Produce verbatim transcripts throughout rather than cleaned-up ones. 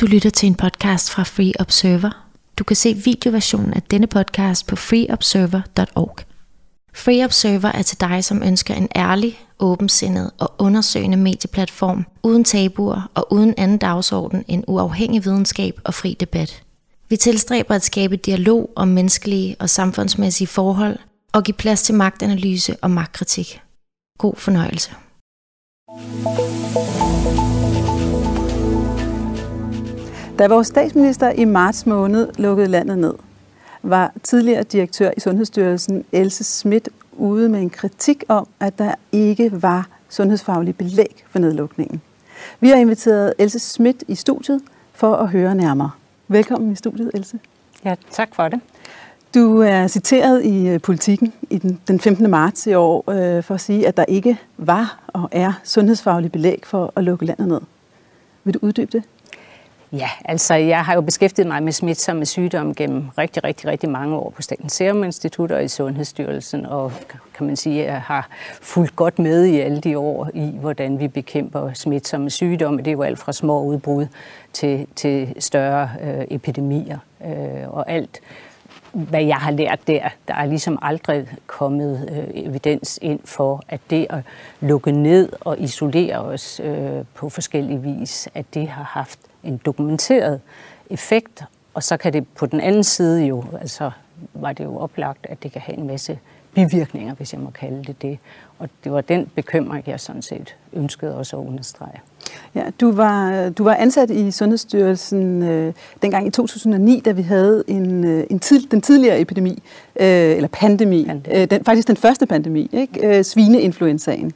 Du lytter til en podcast fra Free Observer. Du kan se videoversionen af denne podcast på free observer punktum org. Free Observer er til dig, som ønsker en ærlig, åbensindet og undersøgende medieplatform, uden tabuer og uden anden dagsorden end uafhængig videnskab og fri debat. Vi tilstræber at skabe dialog om menneskelige og samfundsmæssige forhold og give plads til magtanalyse og magtkritik. God fornøjelse. Da vores statsminister i marts måned lukkede landet ned, var tidligere direktør i Sundhedsstyrelsen Else Schmidt ude med en kritik om, at der ikke var sundhedsfaglig belæg for nedlukningen. Vi har inviteret Else Schmidt i studiet for at høre nærmere. Velkommen i studiet, Else. Ja, tak for det. Du er citeret i Politiken i den, den femtende marts i år øh, for at sige, at der ikke var og er sundhedsfaglig belæg for at lukke landet ned. Vil du uddybe det? Ja, altså jeg har jo beskæftiget mig med smitsomme sygdomme gennem rigtig, rigtig, rigtig mange år på Statens Serum Institut og i Sundhedsstyrelsen, og kan man sige, at jeg har fulgt godt med i alle de år i, hvordan vi bekæmper smitsomme sygdomme. Det er jo alt fra små udbrud til, til større øh, epidemier øh, og alt. Hvad jeg har lært der, der er ligesom aldrig kommet øh, evidens ind for, at det at lukke ned og isolere os øh, på forskellige vis, at det har haft en dokumenteret effekt, og så kan det på den anden side jo, altså var det jo oplagt, at det kan have en masse bivirkninger, hvis jeg må kalde det det. Og det var den bekymring, jeg sådan set ønskede også at understrege. Ja, du var, du var ansat i Sundhedsstyrelsen øh, dengang i to tusind og ni, da vi havde en, øh, en tid, den tidligere epidemi, øh, eller pandemi, pandemi. Øh, den, faktisk den første pandemi, ikke? Øh, svineinfluenzaen.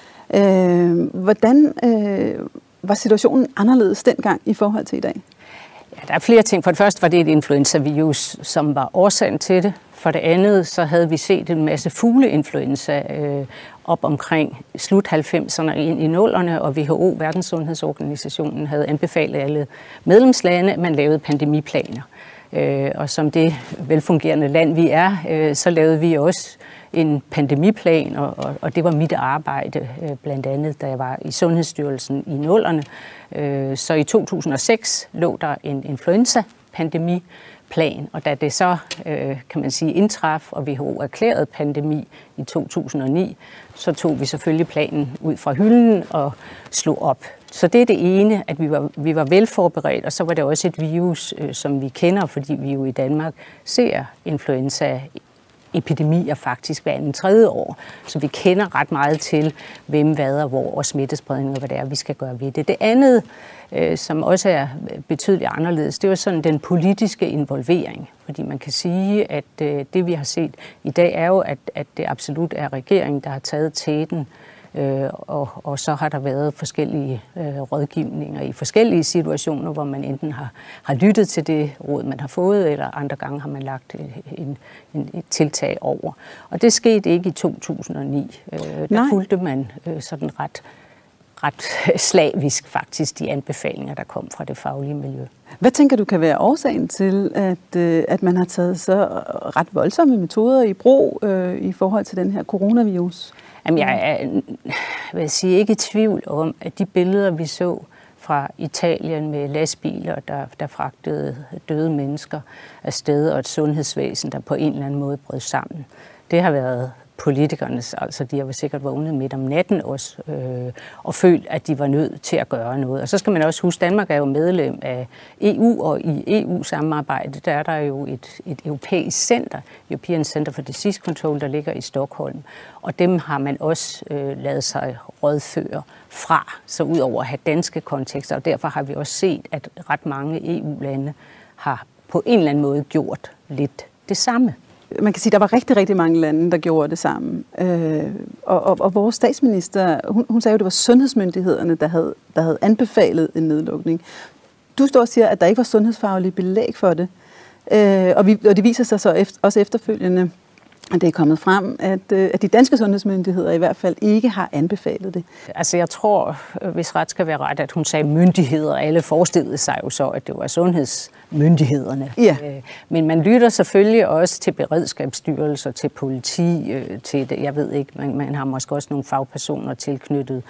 Øh, hvordan øh, var situationen anderledes dengang i forhold til i dag? Ja, der er flere ting. For det første var det et influenzavirus, som var årsagen til det. For det andet, så havde vi set en masse fugleinfluenza øh, op omkring slut halvfemserne og ind i nullerne, og W H O, Verdenssundhedsorganisationen, havde anbefalet alle medlemslande, at man lavede pandemiplaner. Øh, og som det velfungerende land vi er, øh, så lavede vi også en pandemiplan, og, og, og det var mit arbejde, øh, blandt andet, da jeg var i Sundhedsstyrelsen i nullerne. Øh, så i to tusind og seks lå der en influenza-pandemi, plan, og da det så, øh, kan man sige, indtraf, og W H O erklærede pandemi i to tusind og ni, så tog vi selvfølgelig planen ud fra hylden og slog op. Så det er det ene, at vi var, vi var velforberedt, og så var det også et virus, øh, som vi kender, fordi vi jo i Danmark ser influenza epidemier faktisk hver anden tredje år. Så vi kender ret meget til, hvem, hvad og hvor, og smittespredning og hvad det er, vi skal gøre ved det. Det andet, øh, som også er betydeligt anderledes, det er jo sådan den politiske involvering. Fordi man kan sige, at øh, det vi har set i dag er jo, at, at det absolut er regeringen, der har taget tæten. Øh, og, og så har der været forskellige øh, rådgivninger i forskellige situationer, hvor man enten har, har lyttet til det råd, man har fået, eller andre gange har man lagt en, en, et tiltag over. Og det skete ikke i to tusind og ni. Øh, der Nej. fulgte man øh, sådan ret, ret slavisk faktisk de anbefalinger, der kom fra det faglige miljø. Hvad tænker du kan være årsagen til, at, at man har taget så ret voldsomme metoder i brug øh, i forhold til den her coronavirus? Jamen, jeg er, vil sige, ikke i tvivl om, at de billeder, vi så fra Italien med lastbiler, der, der fragtede døde mennesker afsted, og et sundhedsvæsen, der på en eller anden måde brød sammen, det har været politikernes, altså de har sikkert vågnet midt om natten også, øh, og følt, at de var nødt til at gøre noget. Og så skal man også huske, at Danmark er jo medlem af E U, og i E U-samarbejdet, der er der jo et, et europæisk center, European Center for Disease Control, der ligger i Stockholm. Og dem har man også øh, lavet sig rådføre fra, så ud over at have danske kontekster, og derfor har vi også set, at ret mange E U-lande har på en eller anden måde gjort lidt det samme. Man kan sige, at der var rigtig, rigtig mange lande, der gjorde det samme. Øh, og, og, og vores statsminister, hun, hun sagde jo, at det var sundhedsmyndighederne, der havde, der havde anbefalet en nedlukning. Du står og siger, at der ikke var sundhedsfaglige belæg for det. Øh, og, vi, og det viser sig så efter, også efterfølgende, at det er kommet frem, at, at de danske sundhedsmyndigheder i hvert fald ikke har anbefalet det. Altså jeg tror, hvis ret skal være ret, at hun sagde myndigheder, og alle forestillede sig jo så, at det var sundhedsmyndighederne. Ja. Men man lytter selvfølgelig også til beredskabsstyrelser, til politi, til det. Jeg ved ikke, man, man har måske også nogle fagpersoner tilknyttet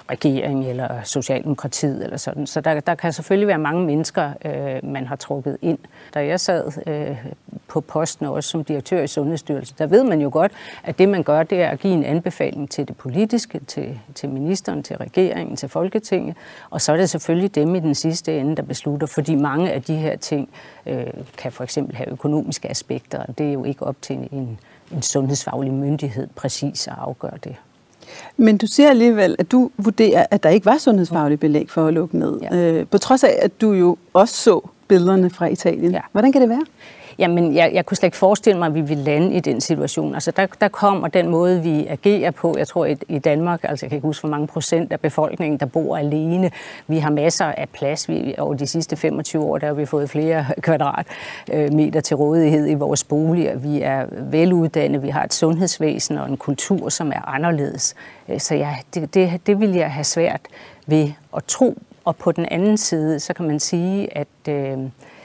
regering eller Socialdemokratiet eller sådan. Så der, der kan selvfølgelig være mange mennesker, øh, man har trukket ind. Da jeg sad øh, på posten også som direktør i Sundhedsstyrelsen, der ved man jo godt, at det man gør, det er at give en anbefaling til det politiske, til, til ministeren, til regeringen, til Folketinget, og så er det selvfølgelig dem i den sidste ende, der beslutter, fordi mange af de her ting øh, kan for eksempel have økonomiske aspekter, og det er jo ikke op til en, en sundhedsfaglig myndighed præcis at afgøre det. Men du siger alligevel, at du vurderer, at der ikke var sundhedsfaglig belæg for at lukke ned. Ja. Øh, på trods af, at du jo også så billederne fra Italien. Ja. Hvordan kan det være? Jamen, jeg, jeg kunne slet ikke forestille mig, at vi ville lande i den situation. Altså, der, der kommer den måde, vi agerer på. Jeg tror, i, i Danmark, altså jeg kan ikke huske, hvor mange procent af befolkningen, der bor alene. Vi har masser af plads. Vi, over de sidste femogtyve år, der har vi fået flere kvadratmeter til rådighed i vores boliger. Vi er veluddannede, vi har et sundhedsvæsen og en kultur, som er anderledes. Så ja, det, det, det vil jeg have svært ved at tro. Og på den anden side, så kan man sige, at... Øh,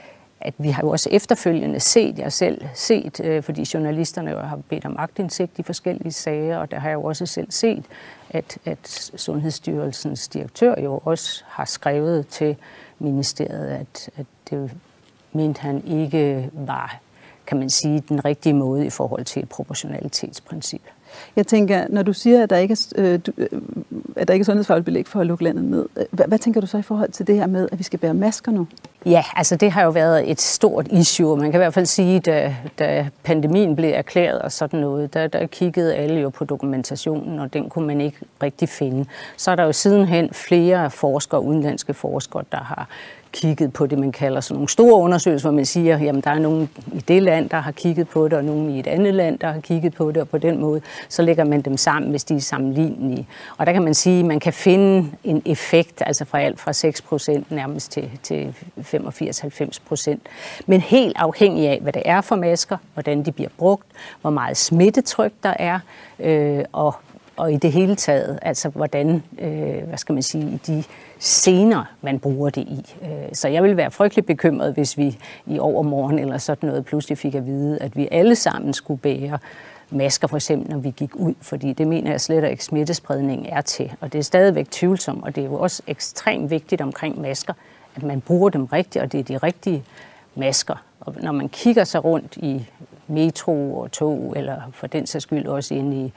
at vi har jo også efterfølgende set, jeg selv set, øh, fordi journalisterne jo har bedt om aktindsigt i forskellige sager, og der har jeg jo også selv set, at, at Sundhedsstyrelsens direktør jo også har skrevet til ministeriet, at, at det mente han ikke var, kan man sige, den rigtige måde i forhold til et proportionalitetsprincip. Jeg tænker, når du siger, at der ikke er, øh, du, at der ikke er sundhedsfagligt belæg for at lukke landet ned, hvad, hvad tænker du så i forhold til det her med, at vi skal bære masker nu? Ja, altså det har jo været et stort issue. Man kan i hvert fald sige, da, da pandemien blev erklæret og sådan noget, der, der kiggede alle jo på dokumentationen, og den kunne man ikke rigtig finde. Så er der jo sidenhen flere forskere, udenlandske forskere, der har kigget på det, man kalder sådan nogle store undersøgelser, hvor man siger, jamen der er nogen i det land, der har kigget på det, og nogen i et andet land, der har kigget på det, og på den måde, så lægger man dem sammen, hvis de er sammenlignelige. Og der kan man sige, at man kan finde en effekt, altså fra alt fra seks procent nærmest til, til femogfirs til halvfems procent. Men helt afhængig af, hvad det er for masker, hvordan de bliver brugt, hvor meget smittetryk der er, øh, og og i det hele taget, altså hvordan, øh, hvad skal man sige, de scener, man bruger det i. Så jeg ville være frygtelig bekymret, hvis vi i overmorgen eller sådan noget pludselig fik at vide, at vi alle sammen skulle bære masker, for eksempel, når vi gik ud, fordi det mener jeg slet ikke, smittespredningen er til. Og det er stadigvæk tvivlsomt, og det er jo også ekstremt vigtigt omkring masker, at man bruger dem rigtigt, og det er de rigtige masker. Og når man kigger sig rundt i metro og tog, eller for den sags skyld også inde i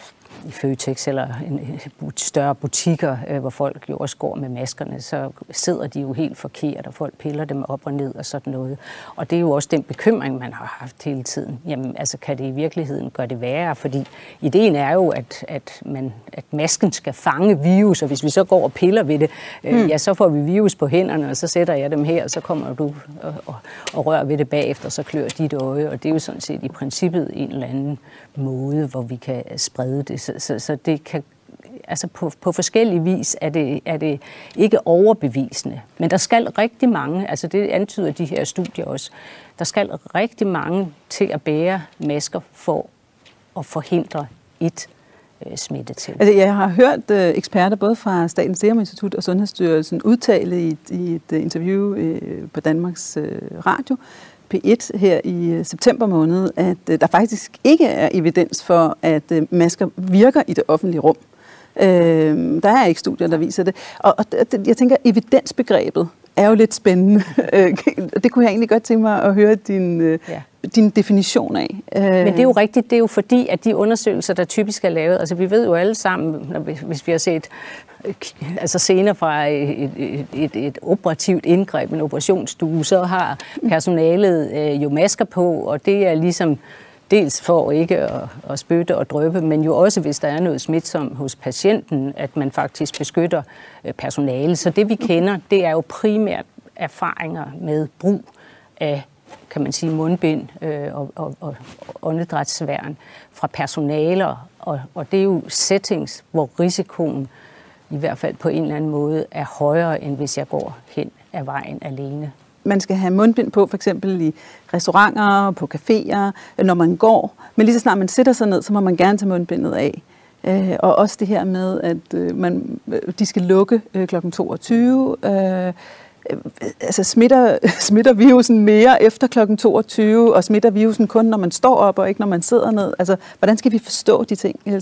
i Føtex eller en større butikker, hvor folk jo også går med maskerne, så sidder de jo helt forkert, og folk piller dem op og ned og sådan noget. Og det er jo også den bekymring, man har haft hele tiden. Jamen, altså kan det i virkeligheden gøre det værre? Fordi ideen er jo, at, at, man, at masken skal fange virus, og hvis vi så går og piller ved det, mm. øh, ja, så får vi virus på hænderne, og så sætter jeg dem her, og så kommer du og, og, og rører ved det bagefter, så klør dit øje, og det er jo sådan set i princippet en eller anden måde, hvor vi kan sprede det. Så, så, så det kan, altså på, på forskellige vis er det, er det ikke overbevisende. Men der skal rigtig mange, altså det antyder de her studier også, der skal rigtig mange til at bære masker for at forhindre et øh, smittetilfælde. Altså, jeg har hørt øh, eksperter både fra Statens Serum Institut og Sundhedsstyrelsen udtale i, i et interview øh, på Danmarks øh, Radio, P et her i september måned, at øh, der faktisk ikke er evidens for, at øh, masker virker i det offentlige rum. Øh, der er ikke studier, der viser det. Og, og jeg tænker, evidensbegrebet er jo lidt spændende. Det kunne jeg egentlig godt tænke mig at høre din, øh, ja. din definition af. Men det er jo rigtigt, det er jo fordi, at de undersøgelser, der typisk er lavet, altså vi ved jo alle sammen, hvis vi har set altså scener fra et, et, et, et operativt indgreb, en operationsstue, så har personalet øh, jo masker på, og det er ligesom dels for ikke at, at spytte og dryppe, men jo også, hvis der er noget smitsomt hos patienten, at man faktisk beskytter øh, personalet. Så det vi kender, det er jo primært erfaringer med brug af, kan man sige, mundbind øh, og, og, og åndedrætsværn fra personaler, og, og det er jo settings, hvor risikoen i hvert fald på en eller anden måde er højere, end hvis jeg går hen ad vejen alene. Man skal have mundbind på, for eksempel i restauranter, på caféer, når man går. Men lige så snart man sætter sig ned, så må man gerne tage mundbindet af. Øh, og også det her med, at øh, man, de skal lukke øh, klokken toogtyve. Øh, altså smitter, smitter virusen mere efter klokken toogtyve, og smitter virusen kun, når man står op, og ikke når man sidder ned. Altså, hvordan skal vi forstå de ting, Else?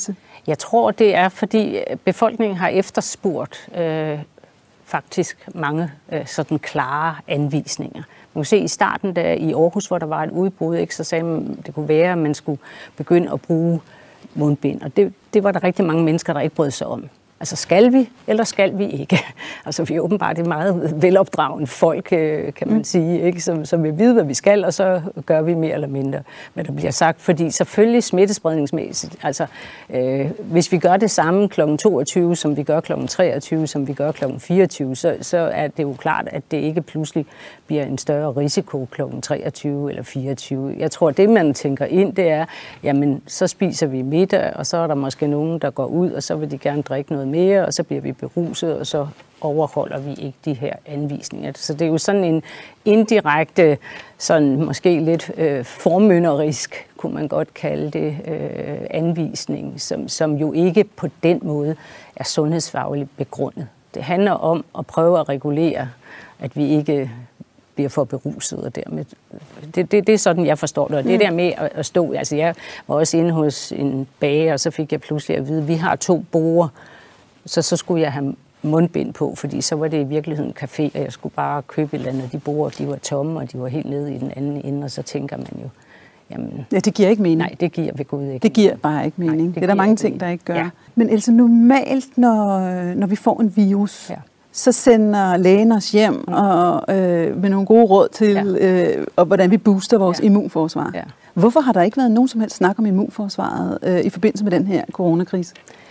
Jeg tror, det er, fordi befolkningen har efterspurgt øh, faktisk mange øh, sådan klare anvisninger. Man kan se i starten der i Aarhus, hvor der var et udbrud, ikke, så sagde man, det kunne være, at man skulle begynde at bruge mundbind. Og det, det var der rigtig mange mennesker, der ikke brød sig om. Altså skal vi, eller skal vi ikke? Altså vi er åbenbart et meget velopdragende folk, kan man sige, ikke? Som, som vil vide, hvad vi skal, og så gør vi mere eller mindre, hvad der bliver sagt. Fordi selvfølgelig smittespredningsmæssigt, altså øh, hvis vi gør det samme klokken toogtyve, som vi gør klokken treogtyve, som vi gør klokken fireogtyve, så, så er det jo klart, at det ikke pludselig bliver en større risiko klokken treogtyve eller fireogtyve. Jeg tror, det man tænker ind, det er, jamen så spiser vi middag, og så er der måske nogen, der går ud, og så vil de gerne drikke noget mere, og så bliver vi beruset, og så overholder vi ikke de her anvisninger. Så det er jo sådan en indirekte, sådan måske lidt øh, formynderisk, kunne man godt kalde det, øh, anvisning, som, som jo ikke på den måde er sundhedsfagligt begrundet. Det handler om at prøve at regulere, at vi ikke bliver for beruset, og dermed, det, det, det er sådan, jeg forstår det. Og det der med at, at stå, altså jeg var også inde hos en bager, og så fik jeg pludselig at vide, at vi har to borde, så så skulle jeg have mundbind på, fordi så var det i virkeligheden en café, og jeg skulle bare købe et eller andet, de borde, de var tomme, og de var helt nede i den anden ende, og så tænker man jo, jamen... Ja, det giver ikke mening. Nej, det giver ved Gud ikke. Det giver bare ikke mening. Nej, det, det er der mange ting, der ikke gør. Ja. Men altså normalt, når, når vi får en virus, ja. så sender lægen os hjem mm. og, øh, med nogle gode råd til, ja. øh, og hvordan vi booster vores ja. immunforsvar. Ja. Hvorfor har der ikke været nogen som helst snak om immunforsvaret øh, i forbindelse med den her coronakrise?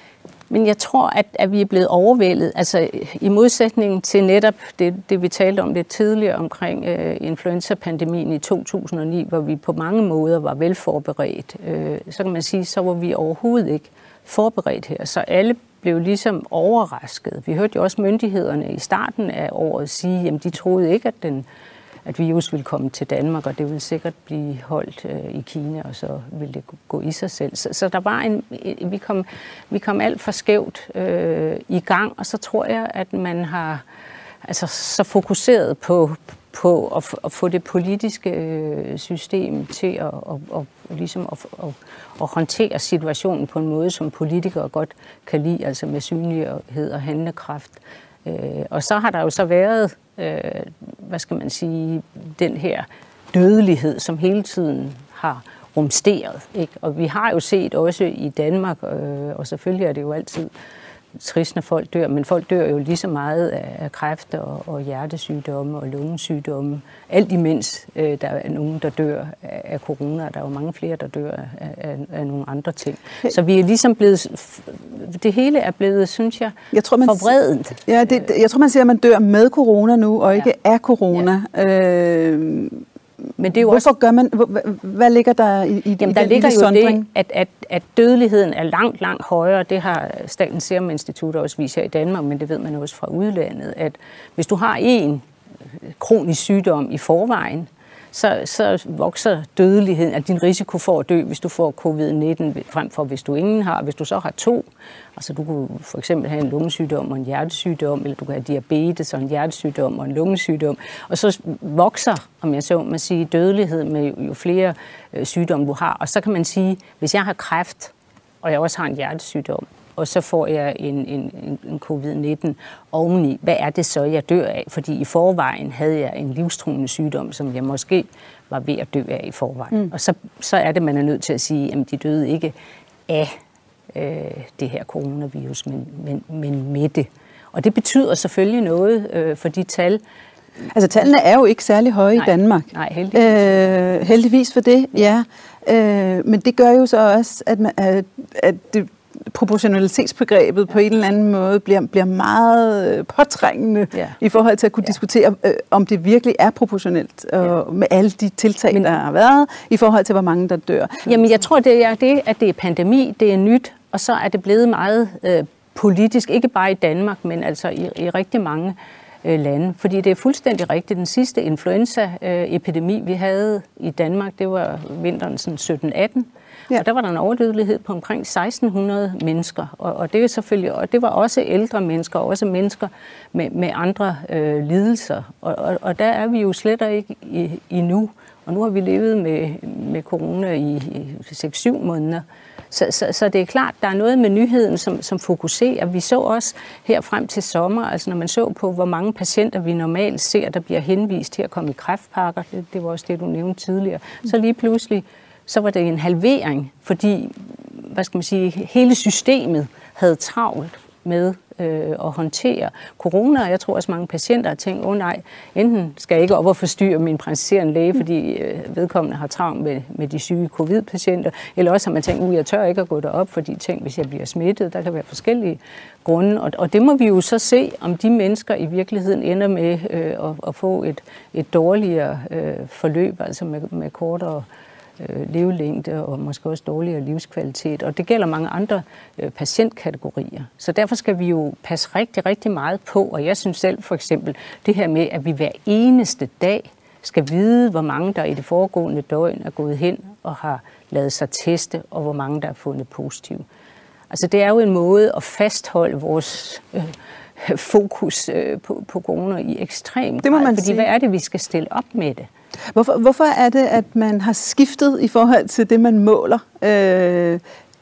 Men jeg tror, at, at vi er blevet overvældet, altså i modsætning til netop det, det vi talte om lidt tidligere omkring øh, influenza-pandemien i to tusind og ni, hvor vi på mange måder var velforberedt, øh, så kan man sige, så var vi overhovedet ikke forberedt her. Så alle blev ligesom overrasket. Vi hørte jo også myndighederne i starten af året sige, at de troede ikke, at den at virus ville komme til Danmark, og det ville sikkert blive holdt øh, i Kina, og så ville det gå i sig selv. Så, så der var en, vi kom, vi kom alt for skævt øh, i gang, og så tror jeg, at man har altså så fokuseret på på at, at få det politiske system til at, at, at, ligesom at, at, at håndtere situationen på en måde, som politikere godt kan lide, altså med synlighed og handlekraft. Øh, og så har der jo så været, øh, hvad skal man sige, den her dødelighed, som hele tiden har rumsteret, ikke? Og vi har jo set også i Danmark, øh, og selvfølgelig er det jo altid trist, når folk dør, men folk dør jo lige så meget af kræft og, og hjertesygdomme og lungesygdomme. Alt imens øh, der er nogen, der dør af corona, der er jo mange flere, der dør af, af, af nogle andre ting. Så vi er ligesom blevet, det hele er blevet, synes jeg, jeg tror, man, forvredet. Ja, det, jeg tror, man siger, at man dør med corona nu, og ikke ja. af corona. Ja. Øh, Men det er jo Hvorfor også, gør man, hvad ligger der i, i jamen, der i ligger jo det, at, at, at dødeligheden er langt, langt højere. Det har Statens Serum Institut også vist her i Danmark, men det ved man også fra udlandet, at hvis du har en kronisk sygdom i forvejen, så, så vokser dødeligheden, at din risiko for at dø, hvis du får covid nitten, frem for hvis du ingen har. Hvis du så har to, altså du kunne for eksempel have en lungesygdom og en hjertesygdom, eller du kan have diabetes og en hjertesygdom og en lungesygdom, og så vokser, om jeg så må sige, dødeligheden med jo flere øh, sygdomme du har. Og så kan man sige, hvis jeg har kræft, og jeg også har en hjertesygdom, og så får jeg en, en, en covid nitten oveni. Hvad er det så, jeg dør af? Fordi i forvejen havde jeg en livstruende sygdom, som jeg måske var ved at dø af i forvejen. Mm. Og så, så er det, man er nødt til at sige, at de døde ikke af øh, det her coronavirus, men, men, men med det. Og det betyder selvfølgelig noget øh, for de tal. Altså tallene er jo ikke særlig høje nej, i Danmark. Nej, heldigvis. Øh, heldigvis for det, ja. Øh, men det gør jo så også, at, man, at, at det proportionalitetsbegrebet ja. på en eller anden måde bliver, bliver meget påtrængende ja. i forhold til at kunne ja. diskutere, øh, om det virkelig er proportionelt og ja. med alle de tiltag, Men, der har været, i forhold til, hvor mange der dør. Jamen, jeg tror, det er det, at det er pandemi, det er nyt, og så er det blevet meget øh, politisk, ikke bare i Danmark, men altså i, i rigtig mange øh, lande. Fordi det er fuldstændig rigtigt. Den sidste influenza-epidemi, vi havde i Danmark, det var vinteren sådan sytten atten. Ja. Og der var der en overdødelighed på omkring seksten hundrede mennesker, og, og det er selvfølgelig, og det var også ældre mennesker, og også mennesker med, med andre øh, lidelser, og, og, og der er vi jo slet ikke i, i nu, og nu har vi levet med, med corona i, i seks syv måneder, Så, så, så det er klart, der er noget med nyheden, som, som fokuserer. Vi så også her frem til sommer, altså når man så på, hvor mange patienter vi normalt ser, der bliver henvist til at komme i kræftpakker, det, det var også det, du nævnte tidligere, så lige pludselig, så var det en halvering, fordi, hvad skal man sige, hele systemet havde travlt med øh, at håndtere corona, og jeg tror også mange patienter har tænkt, åh oh, nej, enten skal jeg ikke op og forstyrre min praktiserende læge, fordi øh, vedkommende har travlt med, med de syge covid-patienter, eller også har man tænkt, uh, jeg tør ikke at gå derop, fordi tænk, hvis jeg bliver smittet, der kan være forskellige grunde, og, og det må vi jo så se, om de mennesker i virkeligheden ender med øh, at, at få et, et dårligere øh, forløb, altså med, med kortere øh, levelængde og måske også dårligere livskvalitet. Og det gælder mange andre øh, patientkategorier. Så derfor skal vi jo passe rigtig, rigtig meget på. Og jeg synes selv for eksempel det her med, at vi hver eneste dag skal vide, hvor mange der i det foregående døgn er gået hen og har lavet sig teste, og hvor mange der er fundet positive. Altså det er jo en måde at fastholde vores øh, fokus øh, på, på corona i ekstrem grad. Fordi sige. Hvad er det, vi skal stille op med det? Hvorfor, hvorfor er det, at man har skiftet i forhold til det, man måler? Øh,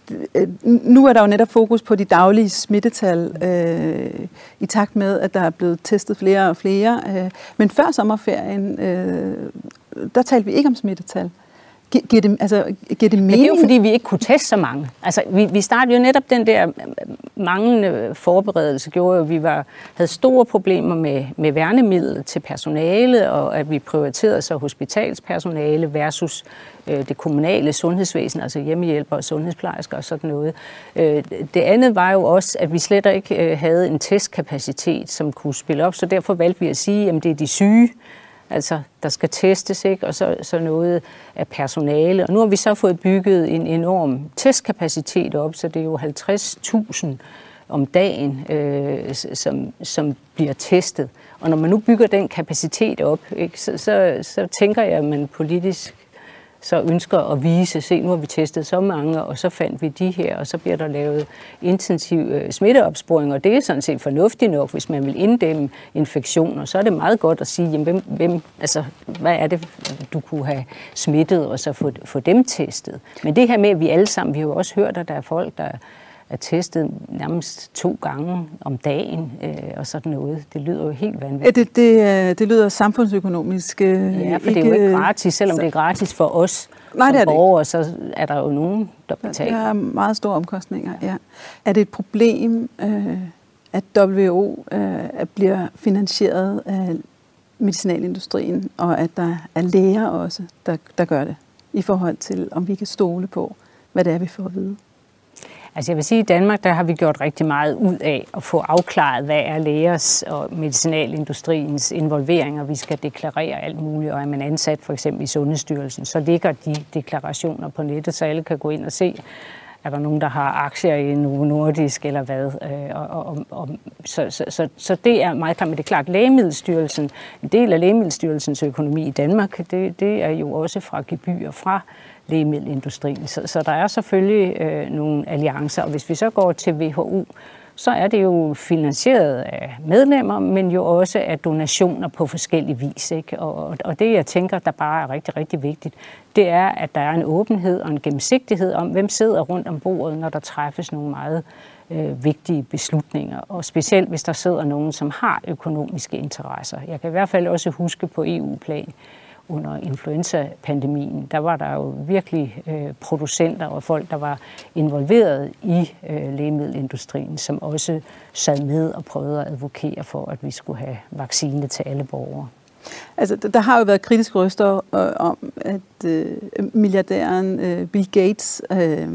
nu er der jo netop fokus på de daglige smittetal, øh, i takt med, at der er blevet testet flere og flere. Øh, men før sommerferien, øh, der talte vi ikke om smittetal. Giver det, altså, giver det mening? Men det er jo fordi, vi ikke kunne teste så mange. Altså, vi, vi startede jo netop den der manglende forberedelse, gjorde jo, at vi var, havde store problemer med, med værnemidler til personale, og at vi prioriterede så hospitalspersonale versus øh, det kommunale sundhedsvæsen, altså hjemmehjælpere og sundhedsplejersker og sådan noget. Øh, det andet var jo også, at vi slet ikke øh, havde en testkapacitet, som kunne spille op, så derfor valgte vi at sige, at det er de syge, altså, der skal testes, ikke? Og så, så noget af personale. Og nu har vi så fået bygget en enorm testkapacitet op, så det er jo halvtreds tusind om dagen, øh, som, som bliver testet. Og når man nu bygger den kapacitet op, ikke, så, så, så tænker jeg, at man politisk så ønsker at vise, se, nu har vi testet så mange, og så fandt vi de her, og så bliver der lavet intensiv øh, smitteopsporing, og det er sådan set fornuftigt nok, hvis man vil inddæmme infektioner, så er det meget godt at sige, jamen, hvem, hvem, altså, hvad er det, du kunne have smittet, og så få, få dem testet. Men det her med, at vi alle sammen, vi har jo også hørt, at der er folk, der er testet nærmest to gange om dagen, øh, og sådan noget. Det lyder jo helt vanvittigt. Ja, det, det, det lyder samfundsøkonomisk. Øh, ja, for ikke, det er jo ikke gratis, selvom så, det er gratis for os nej, som det er borgere, så er der jo nogen, der betaler. Der er meget store omkostninger, ja. Er det et problem, øh, at W H O øh, bliver finansieret af medicinalindustrien, og at der er læger også, der, der gør det, i forhold til, om vi kan stole på, hvad det er, vi får at vide? Altså jeg vil sige, at i Danmark, der har vi gjort rigtig meget ud af at få afklaret, hvad er lægers og medicinalindustriens involveringer. Vi skal deklarere alt muligt, og er man ansat for eksempel i Sundhedsstyrelsen, så ligger de deklarationer på nettet, så alle kan gå ind og se, er der nogen, der har aktier i Novo Nordisk eller hvad. Og, og, og, så, så, så, så det er meget klart, men det er klart, Lægemiddelstyrelsen, en del af Lægemiddelstyrelsens økonomi i Danmark, det, det er jo også fra gebyrer fra lægemiddelindustrien. Så, så der er selvfølgelig øh, nogle alliancer, og hvis vi så går til W H O, så er det jo finansieret af medlemmer, men jo også af donationer på forskellige vis. Ikke? Og, og det, jeg tænker, der bare er rigtig, rigtig vigtigt, det er, at der er en åbenhed og en gennemsigtighed om, hvem sidder rundt om bordet, når der træffes nogle meget øh, vigtige beslutninger. Og specielt, hvis der sidder nogen, som har økonomiske interesser. Jeg kan i hvert fald også huske på E U-plan, under influenza-pandemien, der var der jo virkelig øh, producenter og folk, der var involveret i øh, lægemiddelindustrien, som også sad med og prøvede at advokere for, at vi skulle have vaccine til alle borgere. Altså, der har jo været kritiske røster øh, om, at øh, milliardæren øh, Bill Gates, øh,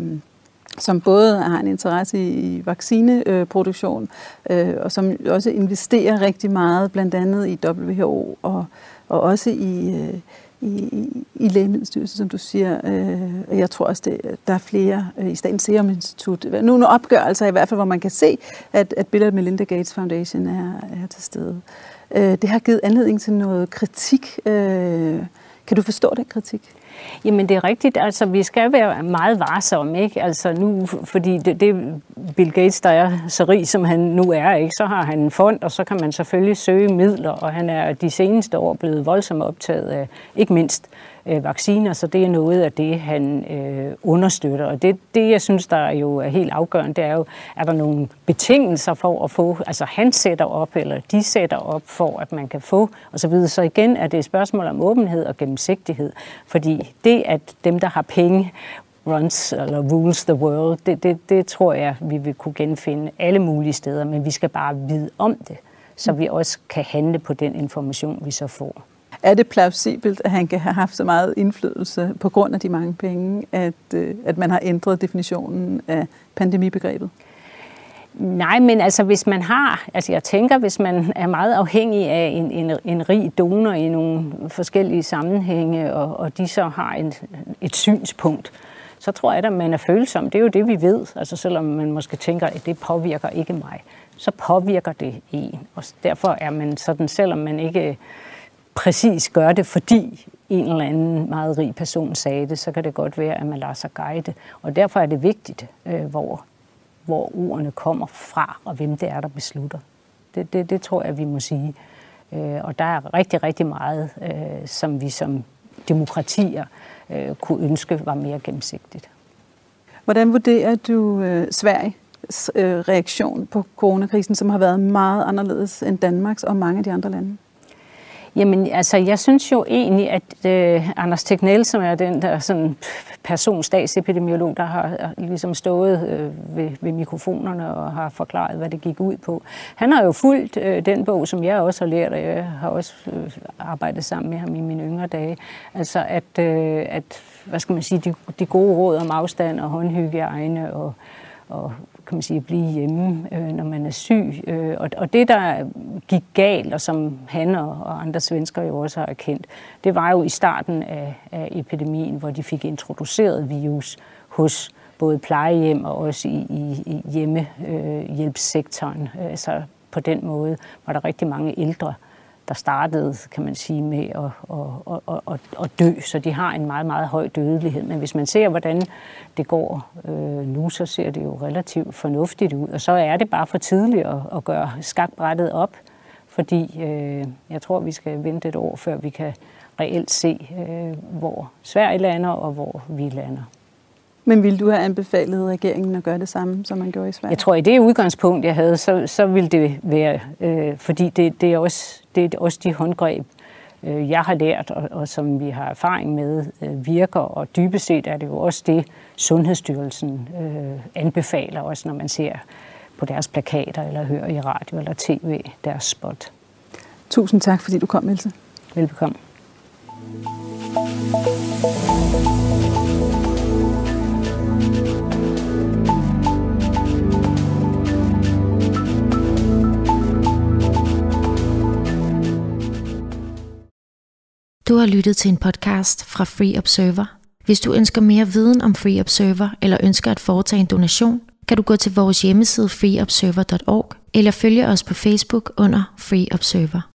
som både har en interesse i vaccineproduktion, øh, og som også investerer rigtig meget, blandt andet i W H O og og også i, i, i Lægemiddelstyrelsen, som du siger. Øh, jeg tror også, det, der er flere i Statens Serum Institut. Nu nogle opgørelser i hvert fald, hvor man kan se, at, at Bill og Melinda Gates Foundation er, er til stede. Øh, det har givet anledning til noget kritik. Øh, kan du forstå den kritik? Jamen det er rigtigt, altså vi skal være meget varsomme, ikke? Altså nu, fordi det, det Bill Gates, der er så rig som han nu er, ikke? Så har han en fond, og så kan man selvfølgelig søge midler, og han er de seneste år blevet voldsomt optaget af, ikke mindst øh, vacciner, så det er noget af det, han øh, understøtter. Og det, det, jeg synes, der jo er helt afgørende, det er jo, er der nogle betingelser for at få, altså han sætter op, eller de sætter op for, at man kan få, og så videre. Så igen er det et spørgsmål om åbenhed og gennemsigtighed, fordi det, at dem, der har penge, runs eller rules the world, det, det, det tror jeg, vi vil kunne genfinde alle mulige steder, men vi skal bare vide om det, så vi også kan handle på den information, vi så får. Er det plausibelt, at han kan have haft så meget indflydelse på grund af de mange penge, at, at man har ændret definitionen af pandemibegrebet? Nej, men altså hvis man har, altså jeg tænker, hvis man er meget afhængig af en, en, en rig donor i nogle forskellige sammenhænge, og, og de så har en, et synspunkt, så tror jeg, at man er følsom. Det er jo det, vi ved. Altså selvom man måske tænker, at det påvirker ikke mig, så påvirker det en. Og derfor er man sådan, selvom man ikke præcis gør det, fordi en eller anden meget rig person sagde det, så kan det godt være, at man lader sig guide. Og derfor er det vigtigt, øh, hvor, hvor ordene kommer fra, og hvem det er, der beslutter. Det, det, det tror jeg, vi må sige. Øh, og der er rigtig, rigtig meget, øh, som vi som demokratier øh, kunne ønske var mere gennemsigtigt. Hvordan vurderer du øh, Sveriges øh, reaktion på coronakrisen, som har været meget anderledes end Danmarks og mange af de andre lande? Jamen, altså, jeg synes jo egentlig, at øh, Anders Tegnell, som er den der sådan person, statsepidemiolog, der har ligesom stået øh, ved, ved mikrofonerne og har forklaret, hvad det gik ud på. Han har jo fulgt øh, den bog, som jeg også har lært, og jeg har også øh, arbejdet sammen med ham i mine yngre dage. Altså, at, øh, at hvad skal man sige, de, de gode råd om afstand og håndhygiejne og, og kan man sige, blive hjemme, øh, når man er syg. Øh, og, og det, der gik galt, og som han og, og andre svensker jo også har erkendt, det var jo i starten af, af epidemien, hvor de fik introduceret virus hos både plejehjem og også i, i, i hjemmehjælpssektoren. Øh, så på den måde var der rigtig mange ældre, der startede, kan man sige, med at, at, at, at, at dø. Så de har en meget, meget høj dødelighed. Men hvis man ser, hvordan det går øh, nu, så ser det jo relativt fornuftigt ud. Og så er det bare for tidligt at, at gøre skakbrættet op, fordi øh, jeg tror, vi skal vente et år, før vi kan reelt se, øh, hvor Sverige lander og hvor vi lander. Men ville du have anbefalet regeringen at gøre det samme, som man gjorde i Sverige? Jeg tror, i det udgangspunkt, jeg havde, så, så ville det være, øh, fordi det, det, er også, det er også de håndgreb, øh, jeg har lært, og, og som vi har erfaring med, øh, virker. Og dybest set er det jo også det, Sundhedsstyrelsen øh, anbefaler, også når man ser på deres plakater, eller hører i radio eller tv, deres spot. Tusind tak, fordi du kom, Else. Velbekomme. Du har lyttet til en podcast fra Free Observer. Hvis du ønsker mere viden om Free Observer eller ønsker at foretage en donation, kan du gå til vores hjemmeside free observer punktum org eller følge os på Facebook under Free Observer.